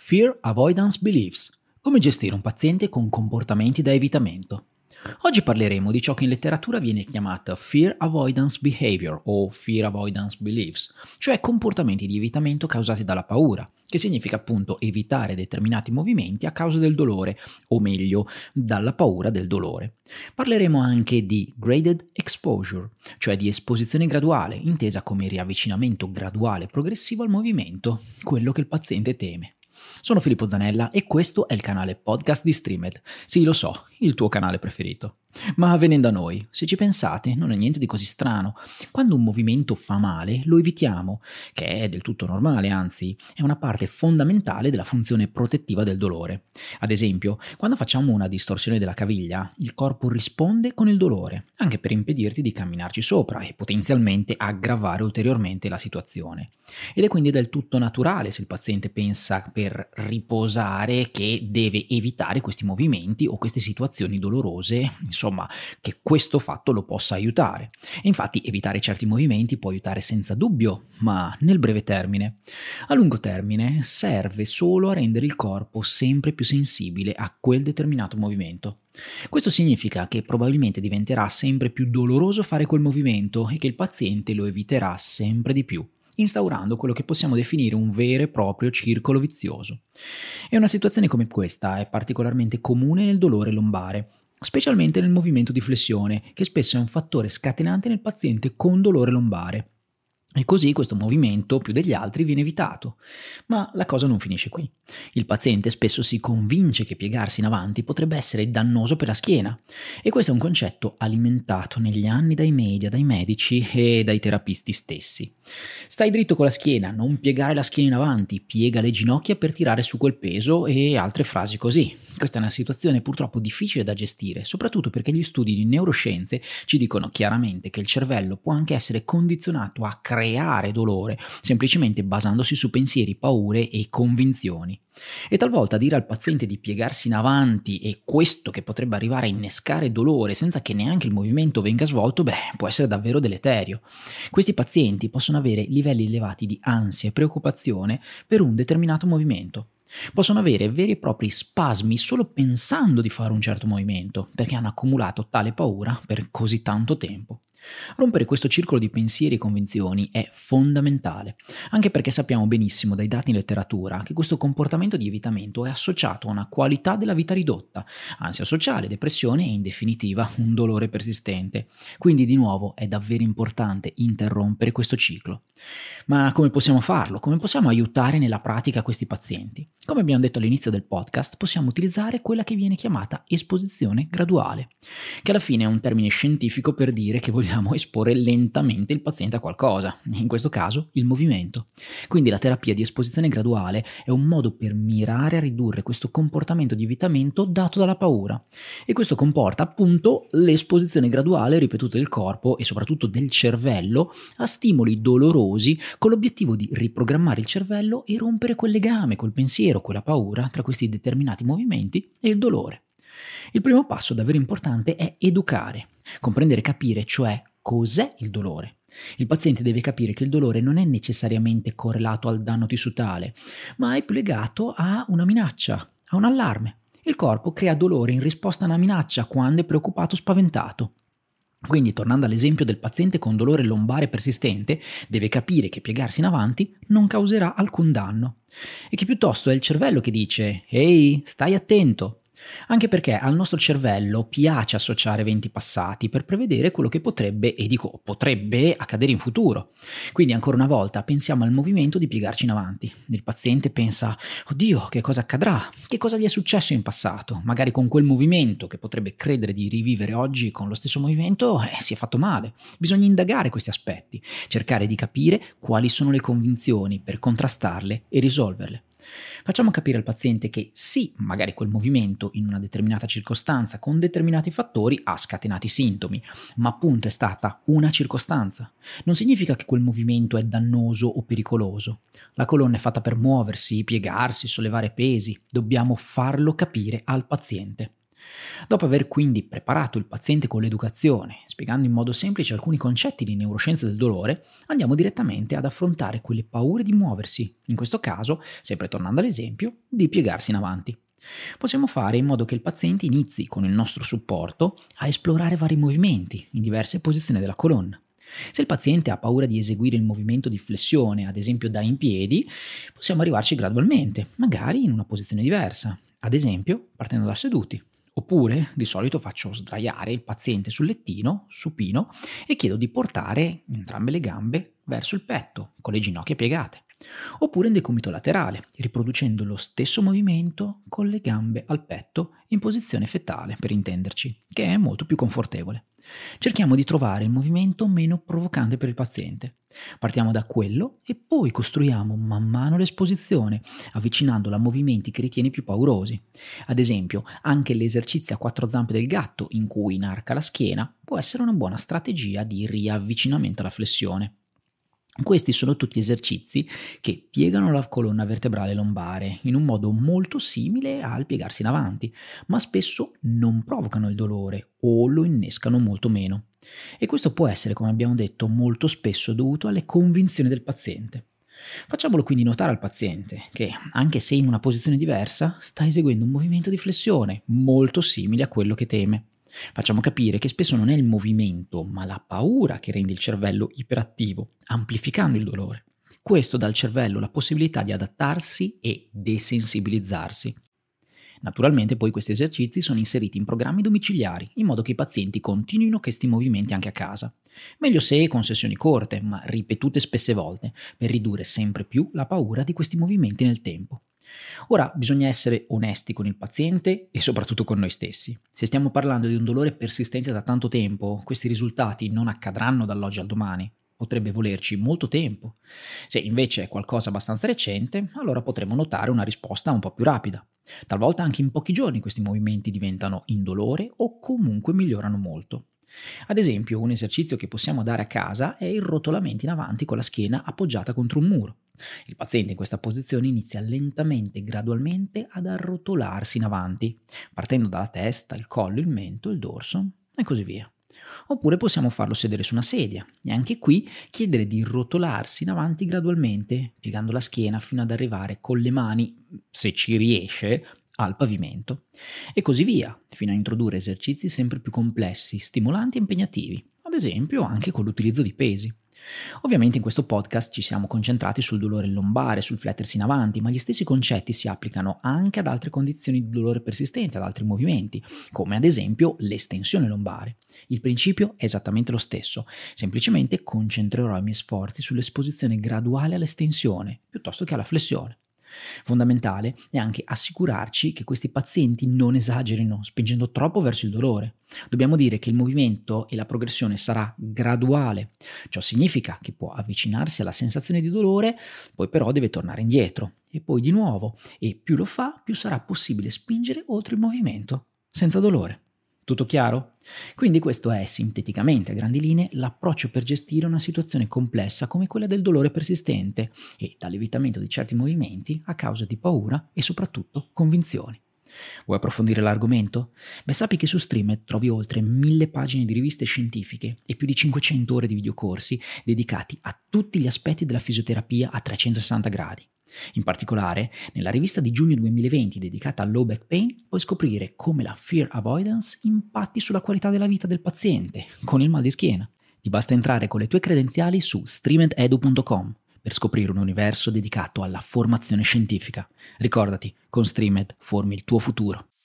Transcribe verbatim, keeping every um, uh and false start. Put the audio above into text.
Fear Avoidance Beliefs. Come gestire un paziente con comportamenti da evitamento. Oggi parleremo di ciò che in letteratura viene chiamata Fear Avoidance Behavior o Fear Avoidance Beliefs, cioè comportamenti di evitamento causati dalla paura, che significa appunto evitare determinati movimenti a causa del dolore, o meglio, dalla paura del dolore. Parleremo anche di Graded Exposure, cioè di esposizione graduale, intesa come riavvicinamento graduale e progressivo al movimento, quello che il paziente teme. Sono Filippo Zanella e questo è il canale podcast di Streamed. Sì, lo so, il tuo canale preferito. Ma venendo a noi, se ci pensate, non è niente di così strano. Quando un movimento fa male, lo evitiamo, che è del tutto normale, anzi, è una parte fondamentale della funzione protettiva del dolore. Ad esempio, quando facciamo una distorsione della caviglia, il corpo risponde con il dolore, anche per impedirti di camminarci sopra e potenzialmente aggravare ulteriormente la situazione. Ed è quindi del tutto naturale se il paziente pensa per riposare che deve evitare questi movimenti o queste situazioni dolorose, insomma, Insomma, che questo fatto lo possa aiutare. E infatti evitare certi movimenti può aiutare senza dubbio, ma nel breve termine. A lungo termine serve solo a rendere il corpo sempre più sensibile a quel determinato movimento. Questo significa che probabilmente diventerà sempre più doloroso fare quel movimento e che il paziente lo eviterà sempre di più, instaurando quello che possiamo definire un vero e proprio circolo vizioso. E una situazione come questa è particolarmente comune nel dolore lombare, specialmente nel movimento di flessione, che spesso è un fattore scatenante nel paziente con dolore lombare. E così questo movimento, più degli altri, viene evitato. Ma la cosa non finisce qui. Il paziente spesso si convince che piegarsi in avanti potrebbe essere dannoso per la schiena. E questo è un concetto alimentato negli anni dai media, dai medici e dai terapisti stessi. Stai dritto con la schiena, non piegare la schiena in avanti, piega le ginocchia per tirare su quel peso e altre frasi così. Questa è una situazione purtroppo difficile da gestire, soprattutto perché gli studi di neuroscienze ci dicono chiaramente che il cervello può anche essere condizionato a creare dolore, semplicemente basandosi su pensieri, paure e convinzioni. E talvolta dire al paziente di piegarsi in avanti e questo che potrebbe arrivare a innescare dolore senza che neanche il movimento venga svolto, beh, può essere davvero deleterio. Questi pazienti possono avere livelli elevati di ansia e preoccupazione per un determinato movimento. Possono avere veri e propri spasmi solo pensando di fare un certo movimento, perché hanno accumulato tale paura per così tanto tempo. Rompere questo circolo di pensieri e convinzioni è fondamentale, anche perché sappiamo benissimo dai dati in letteratura che questo comportamento di evitamento è associato a una qualità della vita ridotta, ansia sociale, depressione e in definitiva un dolore persistente. Quindi di nuovo è davvero importante interrompere questo ciclo. Ma come possiamo farlo? Come possiamo aiutare nella pratica questi pazienti? Come abbiamo detto all'inizio del podcast, possiamo utilizzare quella che viene chiamata esposizione graduale, che alla fine è un termine scientifico per dire che vogliamo esporre lentamente il paziente a qualcosa, in questo caso il movimento. Quindi la terapia di esposizione graduale è un modo per mirare a ridurre questo comportamento di evitamento dato dalla paura, e questo comporta appunto l'esposizione graduale ripetuta del corpo e soprattutto del cervello a stimoli dolorosi, con l'obiettivo di riprogrammare il cervello e rompere quel legame, quel pensiero, quella paura tra questi determinati movimenti e il dolore. Il primo passo davvero importante è educare, comprendere e capire, cioè cos'è il dolore. Il paziente deve capire che il dolore non è necessariamente correlato al danno tissutale, ma è più legato a una minaccia, a un allarme. Il corpo crea dolore in risposta a una minaccia quando è preoccupato o spaventato. Quindi, tornando all'esempio del paziente con dolore lombare persistente, deve capire che piegarsi in avanti non causerà alcun danno e che piuttosto è il cervello che dice «Ehi, stai attento!». Anche perché al nostro cervello piace associare eventi passati per prevedere quello che potrebbe, e dico potrebbe, accadere in futuro. Quindi ancora una volta pensiamo al movimento di piegarci in avanti. Il paziente pensa, oddio, che cosa accadrà? Che cosa gli è successo in passato? Magari con quel movimento che potrebbe credere di rivivere oggi con lo stesso movimento, eh, si è fatto male. Bisogna indagare questi aspetti, cercare di capire quali sono le convinzioni per contrastarle e risolverle. Facciamo capire al paziente che sì, magari quel movimento in una determinata circostanza con determinati fattori ha scatenato i sintomi, ma appunto è stata una circostanza. Non significa che quel movimento è dannoso o pericoloso. La colonna è fatta per muoversi, piegarsi, sollevare pesi. Dobbiamo farlo capire al paziente. Dopo aver quindi preparato il paziente con l'educazione, spiegando in modo semplice alcuni concetti di neuroscienza del dolore, andiamo direttamente ad affrontare quelle paure di muoversi, in questo caso, sempre tornando all'esempio, di piegarsi in avanti. Possiamo fare in modo che il paziente inizi, con il nostro supporto, a esplorare vari movimenti in diverse posizioni della colonna. Se il paziente ha paura di eseguire il movimento di flessione, ad esempio da in piedi, possiamo arrivarci gradualmente, magari in una posizione diversa, ad esempio partendo da seduti. Oppure, di solito faccio sdraiare il paziente sul lettino, supino, e chiedo di portare entrambe le gambe verso il petto, con le ginocchia piegate. Oppure in decumito laterale, riproducendo lo stesso movimento con le gambe al petto in posizione fetale, per intenderci, che è molto più confortevole. Cerchiamo di trovare il movimento meno provocante per il paziente. Partiamo da quello e poi costruiamo man mano l'esposizione, avvicinandola a movimenti che ritieni più paurosi. Ad esempio, anche l'esercizio a quattro zampe del gatto, in cui inarca la schiena, può essere una buona strategia di riavvicinamento alla flessione. Questi sono tutti esercizi che piegano la colonna vertebrale lombare in un modo molto simile al piegarsi in avanti, ma spesso non provocano il dolore o lo innescano molto meno. E questo può essere, come abbiamo detto, molto spesso dovuto alle convinzioni del paziente. Facciamolo quindi notare al paziente che, anche se in una posizione diversa, sta eseguendo un movimento di flessione molto simile a quello che teme. Facciamo capire che spesso non è il movimento, ma la paura che rende il cervello iperattivo, amplificando il dolore. Questo dà al cervello la possibilità di adattarsi e desensibilizzarsi. Naturalmente poi questi esercizi sono inseriti in programmi domiciliari, in modo che i pazienti continuino questi movimenti anche a casa. Meglio se con sessioni corte, ma ripetute spesse volte, per ridurre sempre più la paura di questi movimenti nel tempo. Ora bisogna essere onesti con il paziente e soprattutto con noi stessi. Se stiamo parlando di un dolore persistente da tanto tempo, questi risultati non accadranno dall'oggi al domani. Potrebbe volerci molto tempo. Se invece è qualcosa abbastanza recente, allora potremo notare una risposta un po' più rapida. Talvolta anche in pochi giorni questi movimenti diventano indolore o comunque migliorano molto. Ad esempio, un esercizio che possiamo dare a casa è il rotolamento in avanti con la schiena appoggiata contro un muro. Il paziente in questa posizione inizia lentamente e gradualmente ad arrotolarsi in avanti, partendo dalla testa, il collo, il mento, il dorso e così via. Oppure possiamo farlo sedere su una sedia e anche qui chiedere di rotolarsi in avanti gradualmente, piegando la schiena fino ad arrivare con le mani, se ci riesce, al pavimento. E così via, fino a introdurre esercizi sempre più complessi, stimolanti e impegnativi, ad esempio anche con l'utilizzo di pesi. Ovviamente in questo podcast ci siamo concentrati sul dolore lombare, sul flettersi in avanti, ma gli stessi concetti si applicano anche ad altre condizioni di dolore persistente, ad altri movimenti, come ad esempio l'estensione lombare. Il principio è esattamente lo stesso, semplicemente concentrerò i miei sforzi sull'esposizione graduale all'estensione, piuttosto che alla flessione. Fondamentale è anche assicurarci che questi pazienti non esagerino, spingendo troppo verso il dolore. Dobbiamo dire che il movimento e la progressione sarà graduale. Ciò significa che può avvicinarsi alla sensazione di dolore, poi però deve tornare indietro, e poi di nuovo, e più lo fa, più sarà possibile spingere oltre il movimento, senza dolore. Tutto chiaro? Quindi questo è, sinteticamente, a grandi linee, l'approccio per gestire una situazione complessa come quella del dolore persistente e dall'evitamento di certi movimenti a causa di paura e soprattutto convinzioni. Vuoi approfondire l'argomento? Beh, sappi che su Streamed trovi oltre mille pagine di riviste scientifiche e più di cinquecento ore di videocorsi dedicati a tutti gli aspetti della fisioterapia a trecentosessanta gradi. In particolare, nella rivista di giugno duemilaventi dedicata al low back pain, puoi scoprire come la fear avoidance impatti sulla qualità della vita del paziente con il mal di schiena. Ti basta entrare con le tue credenziali su streamed edu punto com per scoprire un universo dedicato alla formazione scientifica. Ricordati, con Streamed formi il tuo futuro.